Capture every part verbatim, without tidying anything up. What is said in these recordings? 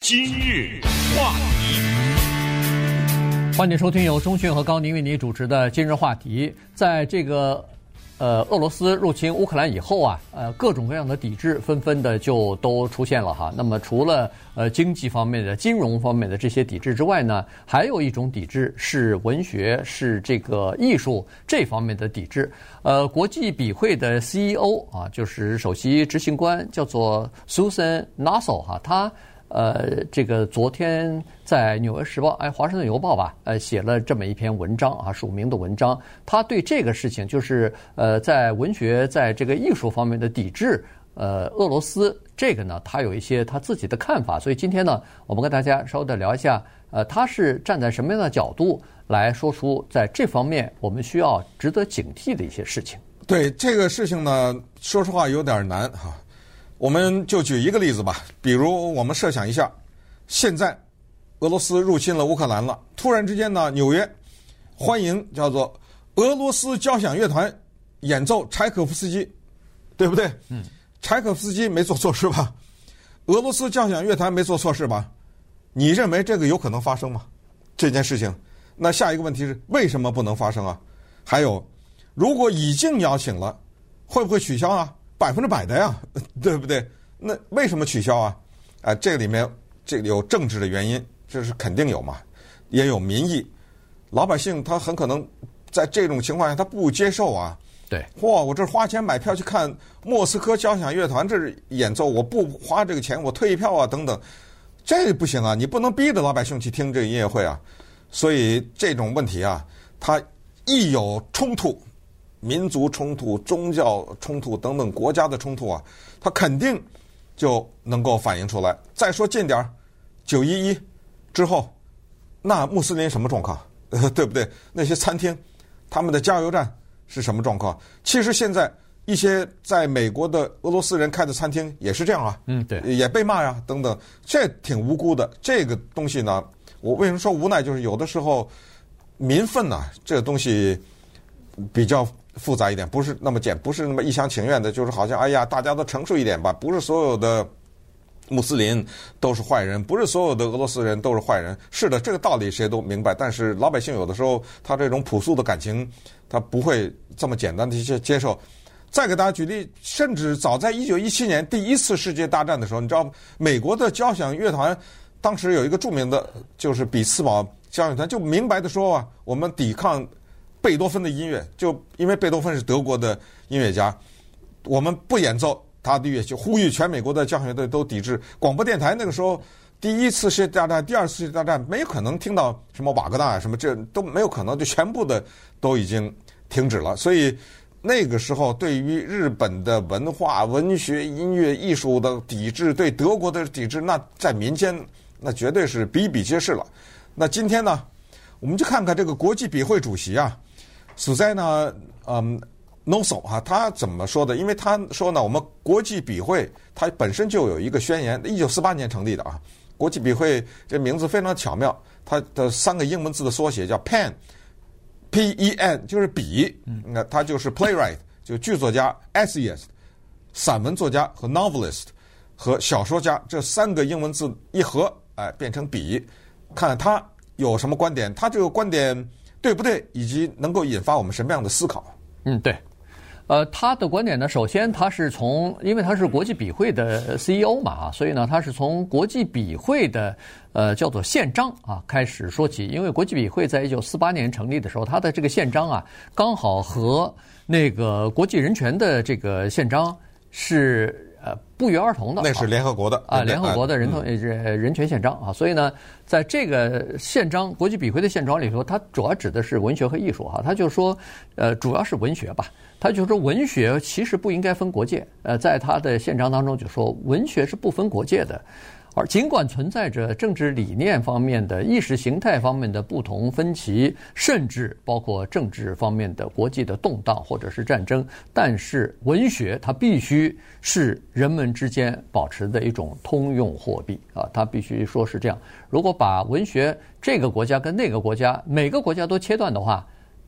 今日话题， 欢迎收听由钟迅和高宁为你主持的今日话题。在这个呃俄罗斯入侵乌克兰以后啊，呃各种各样的抵制纷纷的就都出现了哈。那么除了呃经济方面的、金融方面的这些抵制之外呢，还有一种抵制是文学、是这个艺术这方面的抵制。呃，国际笔会的 C E O 啊，就是首席执行官，叫做 Susan Nassau 哈，他。呃，这个昨天在《纽约时报》哎，《华盛顿邮报》吧，呃，写了这么一篇文章啊，署名的文章。他对这个事情，就是呃，在文学、在这个艺术方面的抵制，呃，俄罗斯这个呢，他有一些他自己的看法。所以今天呢，我们跟大家稍微的聊一下，呃，他是站在什么样的角度来说出在这方面我们需要值得警惕的一些事情。 对这个事情呢，说实话有点难哈。我们就举一个例子吧，比如我们设想一下，现在俄罗斯入侵了乌克兰了，突然之间呢，纽约欢迎叫做俄罗斯交响乐团演奏柴可夫斯基，对不对？嗯，柴可夫斯基没做错事吧？俄罗斯交响乐团没做错事吧？你认为这个有可能发生吗？这件事情，那下一个问题是为什么不能发生啊？还有，如果已经邀请了，会不会取消啊？百分之百的呀，对不对？那为什么取消啊？啊，这里面这有政治的原因，这是肯定有嘛，也有民意。老百姓他很可能在这种情况下他不接受啊。 对， 哇，我这花钱买票去看莫斯科交响乐团这是演奏，我不花这个钱，我退票啊等等，这不行啊！你不能逼着老百姓去听这个音乐会啊。所以这种问题啊，它一有冲突。民族冲突、宗教冲突等等国家的冲突啊，它肯定就能够反映出来。再说近点儿，九一一之后，那穆斯林什么状况？呃，对不对？那些餐厅，他们的加油站是什么状况？其实现在一些在美国的俄罗斯人开的餐厅也是这样啊， 嗯，对， 也被骂呀，等等，这挺无辜的。这个东西呢，我为什么说无奈？就是有的时候民愤呢、啊，这个东西比较。复杂一点，不是那么简，不是那么一厢情愿的，就是好像哎呀，大家都成熟一点吧。不是所有的穆斯林都是坏人，不是所有的俄罗斯人都是坏人。是的，这个道理谁都明白，但是老百姓有的时候他这种朴素的感情，他不会这么简单的去接受。再给大家举例，甚至早在一九一七年第一次世界大战的时候，你知道美国的交响乐团当时有一个著名的，就是比斯堡交响乐团，就明白的说啊，我们抵抗。贝多芬的音乐，就因为贝多芬是德国的音乐家，我们不演奏他的乐器，呼吁全美国的交响乐队都抵制。广播电台那个时候，第一次世界大战、第二次世界大战没有可能听到什么瓦格纳什么，这都没有可能，就全部的都已经停止了。所以那个时候，对于日本的文化、文学、音乐、艺术的抵制，对德国的抵制，那在民间那绝对是比比皆是了。那今天呢，我们就看看这个国际笔会主席啊。苏塞呢，嗯 ，Nassau 哈，他怎么说的？因为他说呢，我们国际笔会它本身就有一个宣言，一九四八年成立的啊。国际笔会这名字非常巧妙，它的三个英文字的缩写叫 Pen，P E N 就是笔，那它就是 playwright 就剧作家 ，essayist 散文作家和 novelist 和小说家这三个英文字一合，哎，变成笔。看看他有什么观点，他这个观点。对不对？以及能够引发我们什么样的思考？ 嗯，对。呃，他的观点呢，首先他是从，因为他是国际笔会的 C E O 嘛，啊，所以呢，他是从国际笔会的呃叫做宪章啊开始说起。因为国际笔会在一九四八年成立的时候，它的这个宪章啊，刚好和那个国际人权的这个宪章是。呃，不约而同的， 那是联合国的啊，联合国的人头人人权宪章啊，所以呢，在这个宪章国际笔会的宪章里头，它主要指的是文学和艺术哈，它就说，呃，主要是文学吧，它就说文学其实不应该分国界，呃，在它的宪章当中就说文学是不分国界的。而尽管存在着政治理念方面的、意识形态方面的不同分歧，甚至包括政治方面的国际的动荡或者是战争，但是文学它必须是人们之间保持的一种通用货币啊，它必须说是这样。如果把文学这个国家跟那个国家每个国家都切断的话，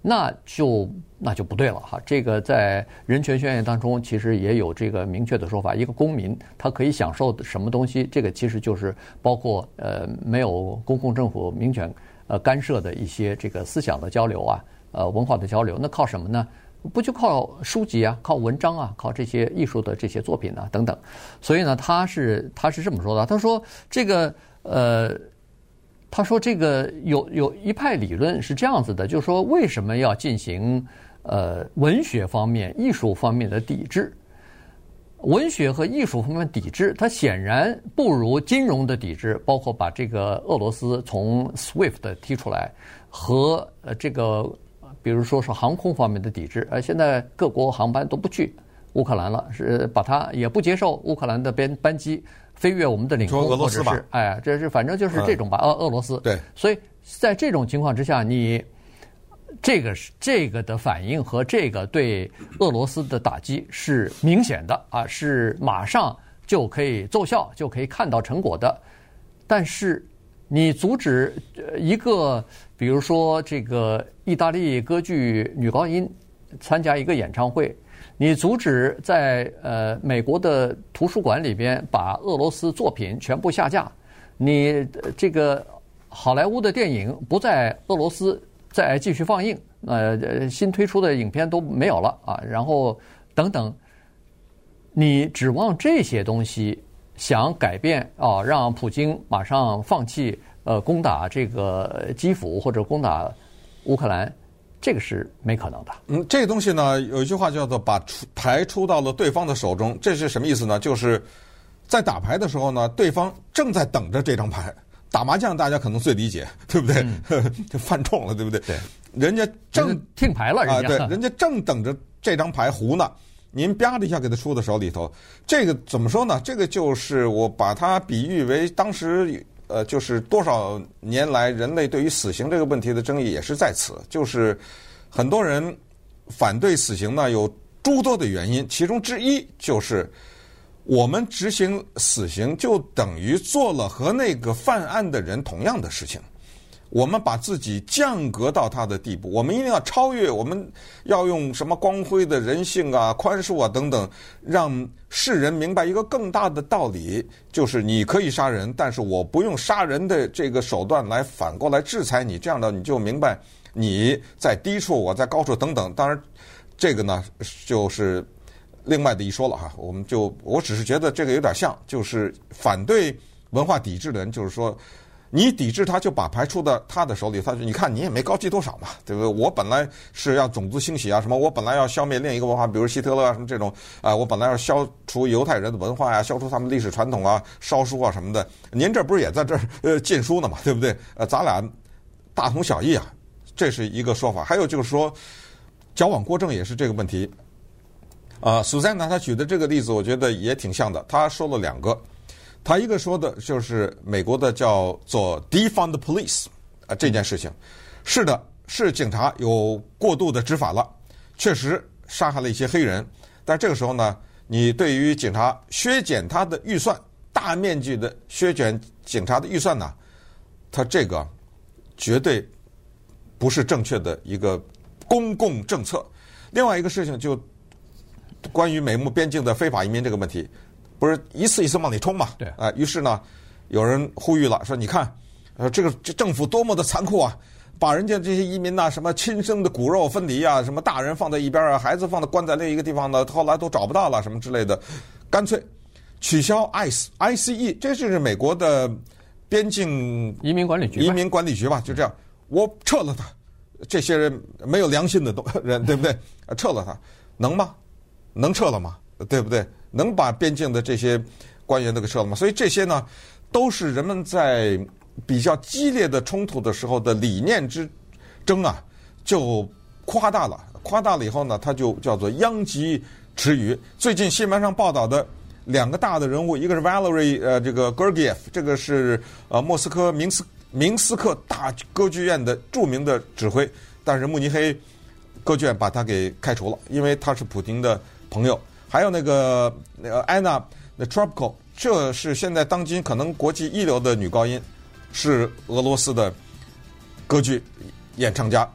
那就那就不对了哈。这个在人权宣言当中其实也有这个明确的说法，一个公民他可以享受什么东西，这个其实就是包括呃没有公共政府民权呃干涉的一些这个思想的交流啊，呃文化的交流，那靠什么呢？不就靠书籍啊，靠文章啊，靠这些艺术的这些作品啊等等。所以呢，他是他是这么说的，他说这个呃。他说：“这个有有一派理论是这样子的，就是说为什么要进行呃文学方面、艺术方面的抵制？文学和艺术方面抵制，它显然不如金融的抵制，包括把这个俄罗斯从 SWIFT 踢出来，和呃这个比如说是航空方面的抵制。呃，现在各国航班都不去乌克兰了，是把它也不接受乌克兰的班班机。”飞越我们的领空， 俄罗斯吧， 或者是哎，这是反正就是这种吧，俄、嗯、俄罗斯。 对， 所以在这种情况之下，你这个是这个的反应和这个对俄罗斯的打击是明显的啊，是马上就可以奏效，就可以看到成果的。但是你阻止一个，比如说这个意大利歌剧女高音参加一个演唱会。你阻止在呃美国的图书馆里边把俄罗斯作品全部下架，你这个好莱坞的电影不在俄罗斯再继续放映，呃新推出的影片都没有了啊，然后等等，你指望这些东西想改变啊，让普京马上放弃呃攻打这个基辅或者攻打乌克兰？这个是没可能的。 嗯，这个东西呢，有一句话叫做把牌出到了对方的手中，这是什么意思呢？就是在打牌的时候呢，对方正在等着这张牌。打麻将大家可能最理解，对不对？嗯、就犯冲了，对不对？ 对， 人家正听牌了，人家、 啊、对，人家正等着这张牌胡呢。您啪的一下给他出到手里头，这个怎么说呢？这个就是我把它比喻为当时。呃，就是多少年来人类对于死刑这个问题的争议也是在此，就是很多人反对死刑呢，有诸多的原因，其中之一就是我们执行死刑就等于做了和那个犯案的人同样的事情，我们把自己降格到他的地步，我们一定要超越，我们要用什么光辉的人性啊、宽恕啊等等，让世人明白一个更大的道理，就是你可以杀人，但是我不用杀人的这个手段来反过来制裁你，这样的你就明白你在低处，我在高处等等。当然，这个呢就是另外的一说了哈。我们就我只是觉得这个有点像，就是反对文化抵制的人，就是说。你抵制他，就把牌出到他的手里，他说：“你看，你也没高级多少嘛，对不对？我本来是要种族清洗啊，什么，我本来要消灭另一个文化，比如希特勒啊，什么这种啊，我本来要消除犹太人的文化呀、啊，消除他们历史传统啊，烧书啊什么的。您这不是也在这儿呃禁书呢嘛，对不对？呃，咱俩大同小异啊，这是一个说法。还有就是说，矫枉过正也是这个问题。啊、呃，苏珊娜她举的这个例子，我觉得也挺像的。她说了两个。”他一个说的就是美国的叫做 defund police 啊这件事情，是的，是警察有过度的执法了，确实杀害了一些黑人，但这个时候呢，你对于警察削减他的预算，大面积的削减警察的预算呢，他这个绝对不是正确的一个公共政策。另外一个事情就关于美墨边境的非法移民这个问题。不是一次一次往里冲嘛？ 对啊、呃，于是呢，有人呼吁了，说你看，呃，这个这政府多么的残酷啊，把人家这些移民呐、啊，什么亲生的骨肉分离啊，什么大人放在一边啊，孩子放在关在另一个地方呢，后来都找不到了，什么之类的，干脆取消 I C E I C E， 这就是美国的边境移民管理局， 移民管理局吧，就这样，我撤了他，这些人没有良心的人，对不对？撤了他，能吗？能撤了吗？对不对？能把边境的这些官员都给撤了吗？所以这些呢，都是人们在比较激烈的冲突的时候的理念之争啊，就夸大了。夸大了以后呢，它就叫做殃及池鱼。最近新闻上报道的两个大的人物，一个是 Valery 呃这个 Gergiev， 这个是呃莫斯科明斯明斯克大歌剧院的著名的指挥，但是慕尼黑歌剧院把他给开除了，因为他是普京的朋友。还有那个呃 Anna Netrebko， 这是现在当今可能国际一流的女高音，是俄罗斯的歌剧演唱家。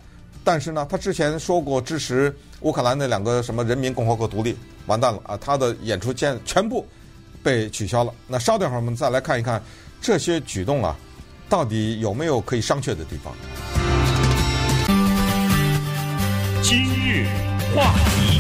但是呢，他之前说过支持乌克兰那两个什么人民共和国独立，完蛋了啊！他的演出全全部被取消了。那稍等会儿我们再来看一看这些举动啊，到底有没有可以商榷的地方？ 今日话题，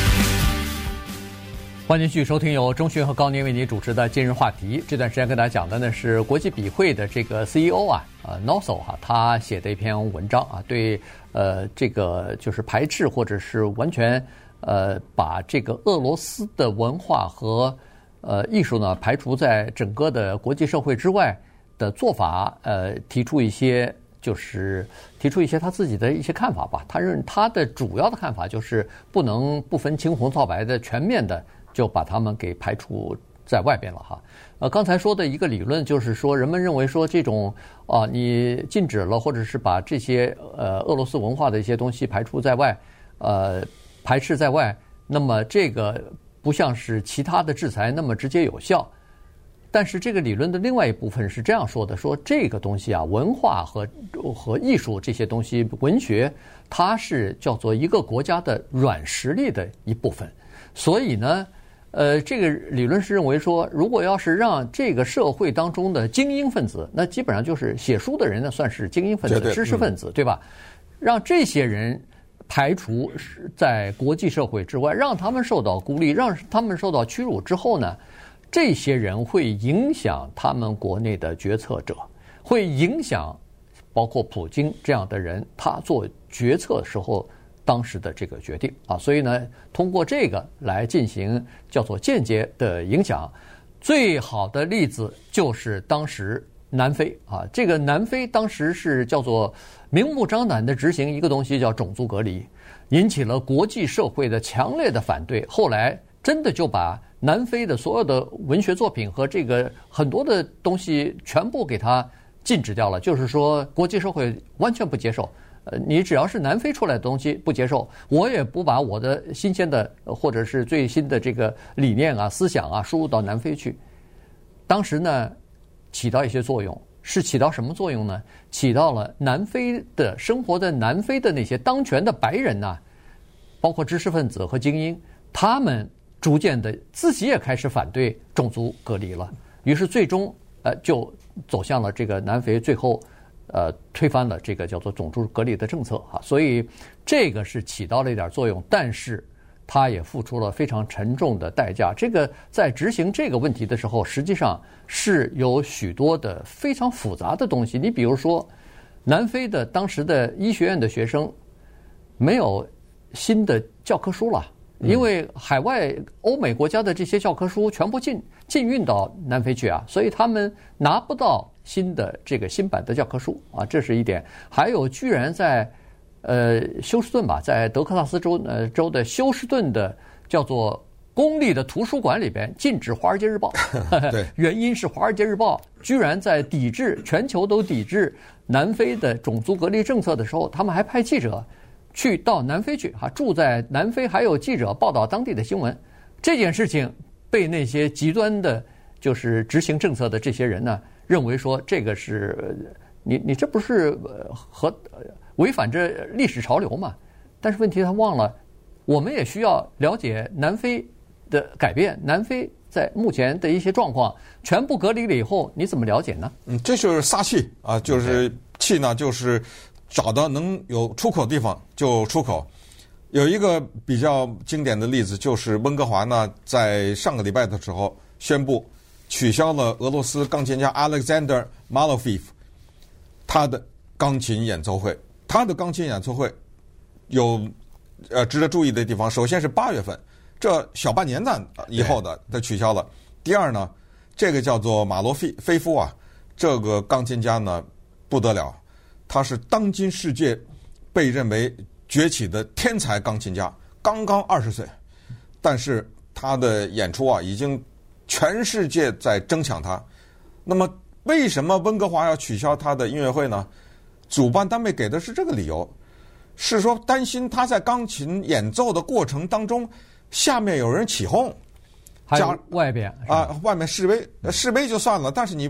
欢迎继续收听由钟迅和高宁为您主持的今日话题。这段时间跟大家讲的呢是国际笔会的这个 C E O 啊，呃 Nosso 哈、啊，他写的一篇文章啊，对呃这个就是排斥或者是完全呃把这个俄罗斯的文化和呃艺术呢排除在整个的国际社会之外的做法，呃提出一些。就是提出一些他自己的一些看法吧。他认他的主要的看法就是不能不分青红皂白的全面的就把他们给排除在外边了哈。呃，刚才说的一个理论就是说，人们认为说这种啊，你禁止了或者是把这些呃俄罗斯文化的一些东西排除在外，呃排斥在外，那么这个不像是其他的制裁那么直接有效。但是这个理论的另外一部分是这样说的，说这个东西啊，文化和和艺术这些东西，文学它是叫做一个国家的软实力的一部分。所以呢，呃，这个理论是认为说，如果要是让这个社会当中的精英分子，那基本上就是写书的人呢，算是精英分子、知识分子，对吧？让这些人排除在国际社会之外，让他们受到孤立，让他们受到屈辱之后呢，这些人会影响他们国内的决策者，会影响包括普京这样的人，他做决策时候当时的这个决定啊。所以呢，通过这个来进行叫做间接的影响。最好的例子就是当时南非啊，这个南非当时是叫做明目张胆的执行一个东西叫种族隔离，引起了国际社会的强烈的反对。后来真的就把南非的所有的文学作品和这个很多的东西全部给它禁止掉了，就是说国际社会完全不接受。呃，你只要是南非出来的东西不接受，我也不把我的新鲜的或者是最新的这个理念啊、思想啊输入到南非去。当时呢，起到一些作用，是起到什么作用呢？起到了南非的生活在南非的那些当权的白人呐、啊，包括知识分子和精英，他们逐渐的自己也开始反对种族隔离了，于是最终呃就走向了这个南非最后呃推翻了这个叫做种族隔离的政策哈，所以这个是起到了一点作用，但是他也付出了非常沉重的代价。这个在执行这个问题的时候，实际上是有许多的非常复杂的东西。你比如说，南非的当时的医学院的学生没有新的教科书了。因为海外欧美国家的这些教科书全部进进运到南非去啊，所以他们拿不到新的这个新版的教科书啊，这是一点。还有，居然在呃休斯顿吧，在德克萨斯州呃州的休斯顿的叫做公立的图书馆里边禁止《华尔街日报》 对， 原因是《华尔街日报》居然在抵制全球都抵制南非的种族隔离政策的时候，他们还派记者去到南非去哈，住在南非，还有记者报道当地的新闻。这件事情被那些极端的，就是执行政策的这些人呢，认为说这个是你你这不是和违反着历史潮流嘛？但是问题他忘了，我们也需要了解南非的改变，南非在目前的一些状况，全部隔离了以后，你怎么了解呢？ 嗯，这就是撒气啊，就是气呢，就是找到能有出口的地方就出口。有一个比较经典的例子，就是温哥华呢，在上个礼拜的时候宣布取消了俄罗斯钢琴家 Alexander Malofeev 他的钢琴演奏会。他的钢琴演奏会有呃值得注意的地方，首先是八月份，这小半年的以后的他取消了。第二呢，这个叫做马罗菲菲夫啊，这个钢琴家呢不得了。他是当今世界被认为崛起的天才钢琴家，刚刚二十岁，但是他的演出啊，已经全世界在争抢他。那么，为什么温哥华要取消他的音乐会呢？主办单位给的是这个理由，是说担心他在钢琴演奏的过程当中，下面有人起哄， 还有外边啊，外面示威，示威就算了，但是你。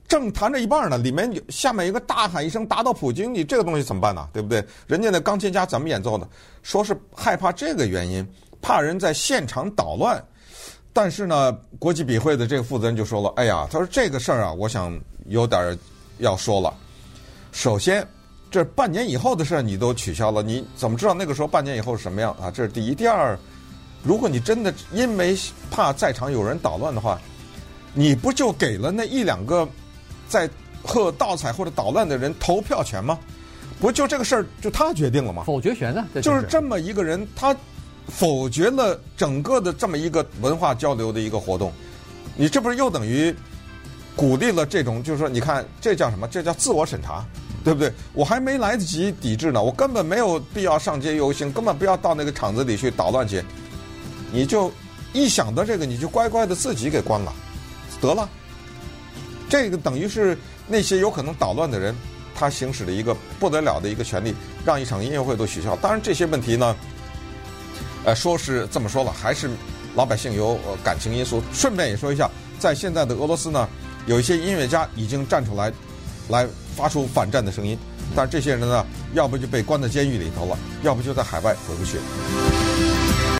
正谈着一半呢，里面有下面一个大喊一声打倒普京，你这个东西怎么办呢？对不对？人家那钢琴家怎么演奏的？说是害怕这个原因，怕人在现场捣乱。但是呢，国际笔会的这个负责人就说了：“哎呀，他说这个事儿啊，我想有点要说了。首先，这半年以后的事儿你都取消了，你怎么知道那个时候半年以后是什么样啊？这是第一。第二，如果你真的因为怕在场有人捣乱的话，你不就给了那一两个在喝倒彩或者捣乱的人投票权吗？不就这个事儿就他决定了吗？ 否决权呢？ 就就是这么一个人，他否决了整个的这么一个文化交流的一个活动，你这不是又等于鼓励了这种，就是说，你看这叫什么？这叫自我审查，对不对？我还没来得及抵制呢，我根本没有必要上街游行，根本不要到那个场子里去捣乱去。你就一想到这个，你就乖乖的自己给关了，得了。这个等于是那些有可能捣乱的人，他行使了一个不得了的一个权利，让一场音乐会都取消。当然这些问题呢，呃，说是这么说了，还是老百姓有呃感情因素。顺便也说一下，在现在的俄罗斯呢，有一些音乐家已经站出来，来发出反战的声音。但是这些人呢，要不就被关在监狱里头了，要不就在海外回不去。